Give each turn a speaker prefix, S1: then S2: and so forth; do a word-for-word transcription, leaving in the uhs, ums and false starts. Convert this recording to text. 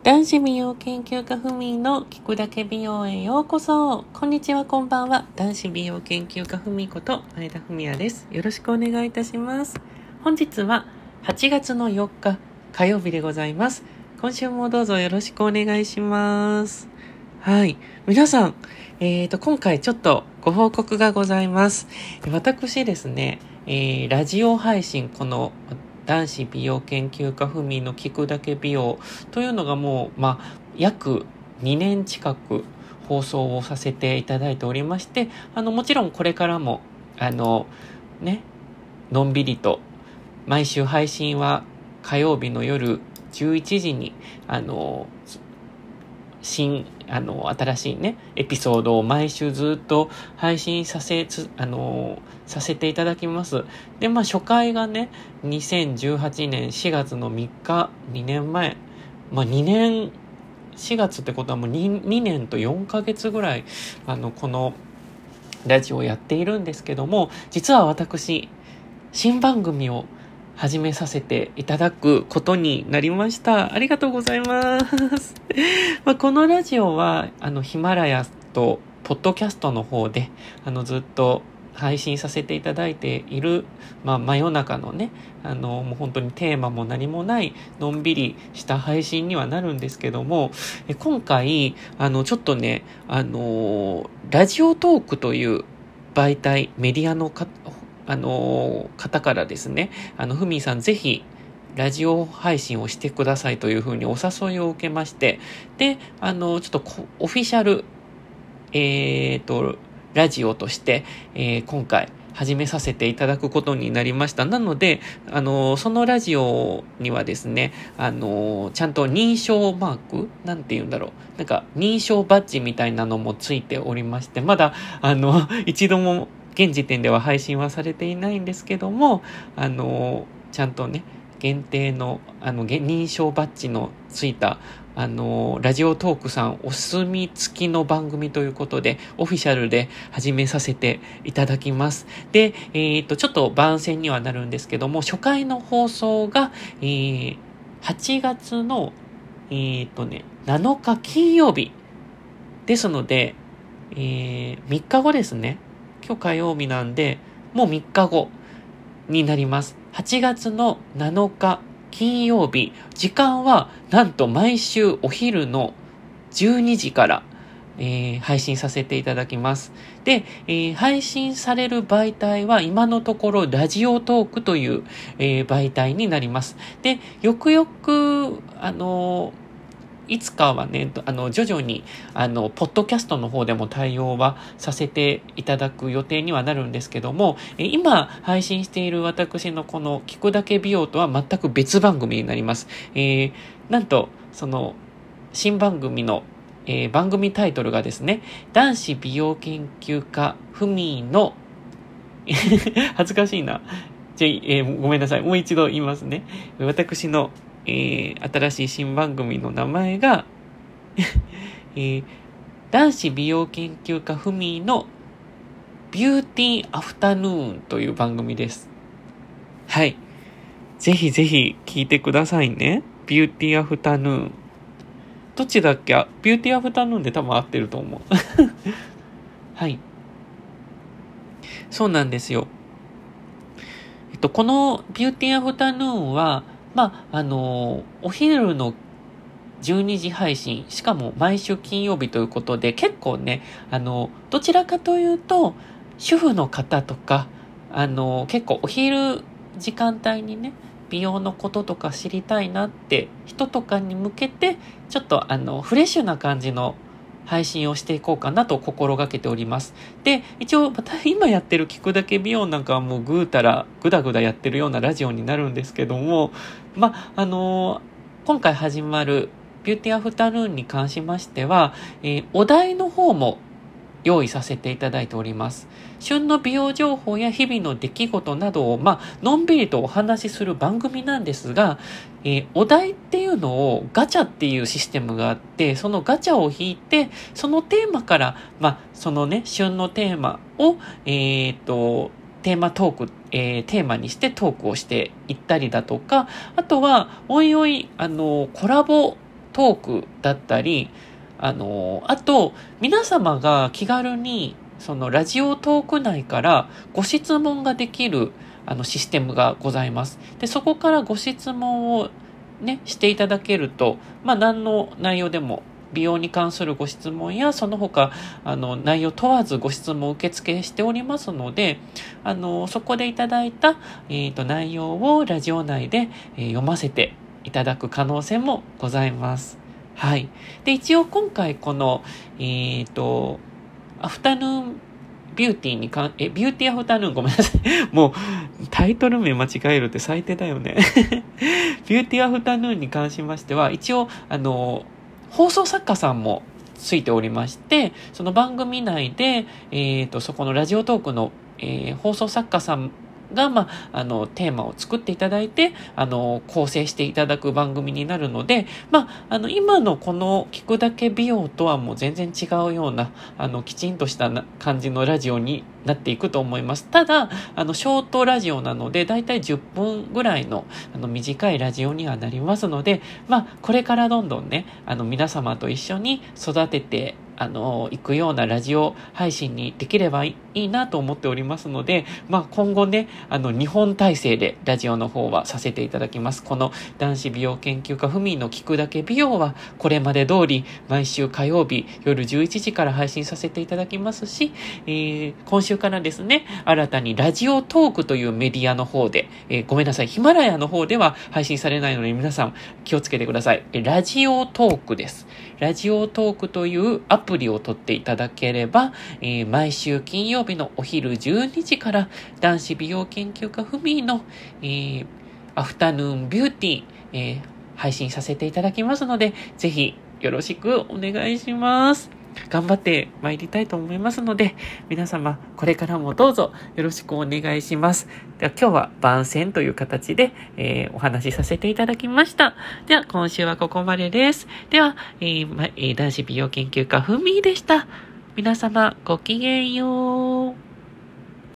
S1: 男子美容研究家ふみの聞くだけ美容へようこそ。こんにちは、こんばんは。男子美容研究家ふみこと前田文也です。よろしくお願いいたします。本日ははちがつのよっか火曜日でございます。今週もどうぞよろしくお願いします。はい。皆さん、えーと、今回ちょっとご報告がございます。私ですね、えー、ラジオ配信、この男子美容研究家ふみの聞くだけ美容というのがもう、まあ、約にねん近く放送をさせていただいておりまして、あの、もちろんこれからも、あの、ね、のんびりと、毎週配信は火曜日の夜じゅういちじに、あの、新、あの、新しいね、エピソードを毎週ずっと配信させ、つ、あの、させていただきます。で、まあ、初回がね、にせんじゅうはちねんしがつのみっか、にねんまえ。まあ、にねん、しがつってことはもう 2, にねんとよんかげつぐらい、あの、このラジオをやっているんですけども、実は私、新番組を始めさせていただくことになりました。ありがとうございます。まあ、このラジオは、あの、ヒマラヤとポッドキャストの方で、あの、ずっと配信させていただいている、まあ、真夜中のね、あの、もう本当にテーマも何もない、のんびりした配信にはなるんですけども、え今回、あの、ちょっとね、あの、ラジオトークという媒体、メディアのか、あの、方からですね、あの、ふみさんぜひ、ラジオ配信をしてくださいというふうにお誘いを受けまして、で、あの、ちょっとオフィシャル、えーと、ラジオとして、えー、今回始めさせていただくことになりました。なので、あの、そのラジオにはですね、あの、ちゃんと認証マークなんて言うんだろう。なんか、認証バッジみたいなのもついておりまして、まだ、あの、一度も現時点では配信はされていないんですけども、あの、ちゃんとね、限定の、あの、認証バッジのついた、あの、ラジオトークさんお墨付きの番組ということで、オフィシャルで始めさせていただきます。で、えっと、ちょっと番宣にはなるんですけども、初回の放送が、えー、はちがつの、えっとね、なのか金曜日ですので、えー、みっかごですね。今日火曜日なんで、もうみっかごになります。はちがつのなのか金曜日、時間はなんと毎週お昼のじゅうにじから、えー、配信させていただきます。で、えー、配信される媒体は今のところラジオトークという、えー、媒体になります。で、よくよく、あのーいつかはね、あの、徐々に、あの、ポッドキャストの方でも対応はさせていただく予定にはなるんですけども、今配信している私のこの聞くだけ美容とは全く別番組になります。えー、なんと、その、新番組の、えー、番組タイトルがですね、男子美容研究家ふみの恥ずかしいな。じゃあ、えー、ごめんなさい。もう一度言いますね。私のえー、新しい新番組の名前が、えー、男子美容研究家ふみのビューティーアフタヌーンという番組です。はい。ぜひぜひ聞いてくださいね。ビューティーアフタヌーン。どっちだっけ？ビューティーアフタヌーンで多分合ってると思う。はい。そうなんですよ。えっと、このビューティーアフタヌーンは、まあ、あの、お昼のじゅうにじ配信、しかも毎週金曜日ということで、結構ね、あの、どちらかというと、主婦の方とか、あの、結構お昼時間帯にね、美容のこととか知りたいなって人とかに向けて、ちょっとあの、フレッシュな感じの配信をしていこうかなと心がけております。で、一応、また今やってる聞くだけ美容なんかはもうぐうたら、ぐだぐだやってるようなラジオになるんですけども、ま、あの、今回始まるビューティーアフタヌーンに関しましては、えー、お題の方も用意させていただいております。旬の美容情報や日々の出来事などを、まあのんびりとお話しする番組なんですが、えー、お題っていうのをガチャっていうシステムがあって、そのガチャを引いて、そのテーマから、まあそのね、旬のテーマを、えっと、テーマトーク、えー、テーマにしてトークをしていったりだとか、あとは、おいおい、あの、コラボトークだったり、あの、あと、皆様が気軽に、そのラジオトーク内からご質問ができる、あの、システムがございます。で、そこからご質問をね、していただけると、まあ、何の内容でも、美容に関するご質問や、その他、あの、内容問わずご質問を受付しておりますので、あの、そこでいただいた、えっと、内容をラジオ内で、えー、読ませていただく可能性もございます。はい。で、一応今回この、えっと、アフタヌーンビューティーにかん、え、ビューティーアフタヌーンごめんなさい。もう、タイトル名間違えるって最低だよね。ビューティーアフタヌーンに関しましては、一応、あの、放送作家さんもついておりまして、その番組内で、えっと、そこのラジオトークの、えー、放送作家さんが、まあ、あの、テーマを作っていただいて、あの、構成していただく番組になるので、まあ、あの、今のこの聞くだけ美容とはもう全然違うような、あの、きちんとしたな感じのラジオになっていくと思います。ただ、あの、ショートラジオなので、だいたいじゅっぷんぐらいの、あの、短いラジオにはなりますので、まあ、これからどんどんね、あの、皆様と一緒に育てて、あの、行くようなラジオ配信にできればいいなと思っておりますので、まあ今後ね、あの、日本体制でラジオの方はさせていただきます。この男子美容研究家ふみの聞くだけ美容は、これまで通り毎週火曜日夜じゅういちじから配信させていただきますし、えー、今週からですね、新たにラジオトークというメディアの方で、えー、ごめんなさい、ヒマラヤの方では配信されないので皆さん気をつけてください。ラジオトークです。ラジオトークというアプリを取っていただければ、えー、毎週金曜日のお昼じゅうにじから男子美容研究家ふみの、えー、アフタヌーンビューティー、えー、配信させていただきますので、ぜひよろしくお願いします。頑張って参りたいと思いますので、皆様これからもどうぞよろしくお願いします。では今日は番宣という形で、えー、お話しさせていただきました。では今週はここまでです。では、えーまえー、男子美容研究家ふみでした。皆様ごきげんよう。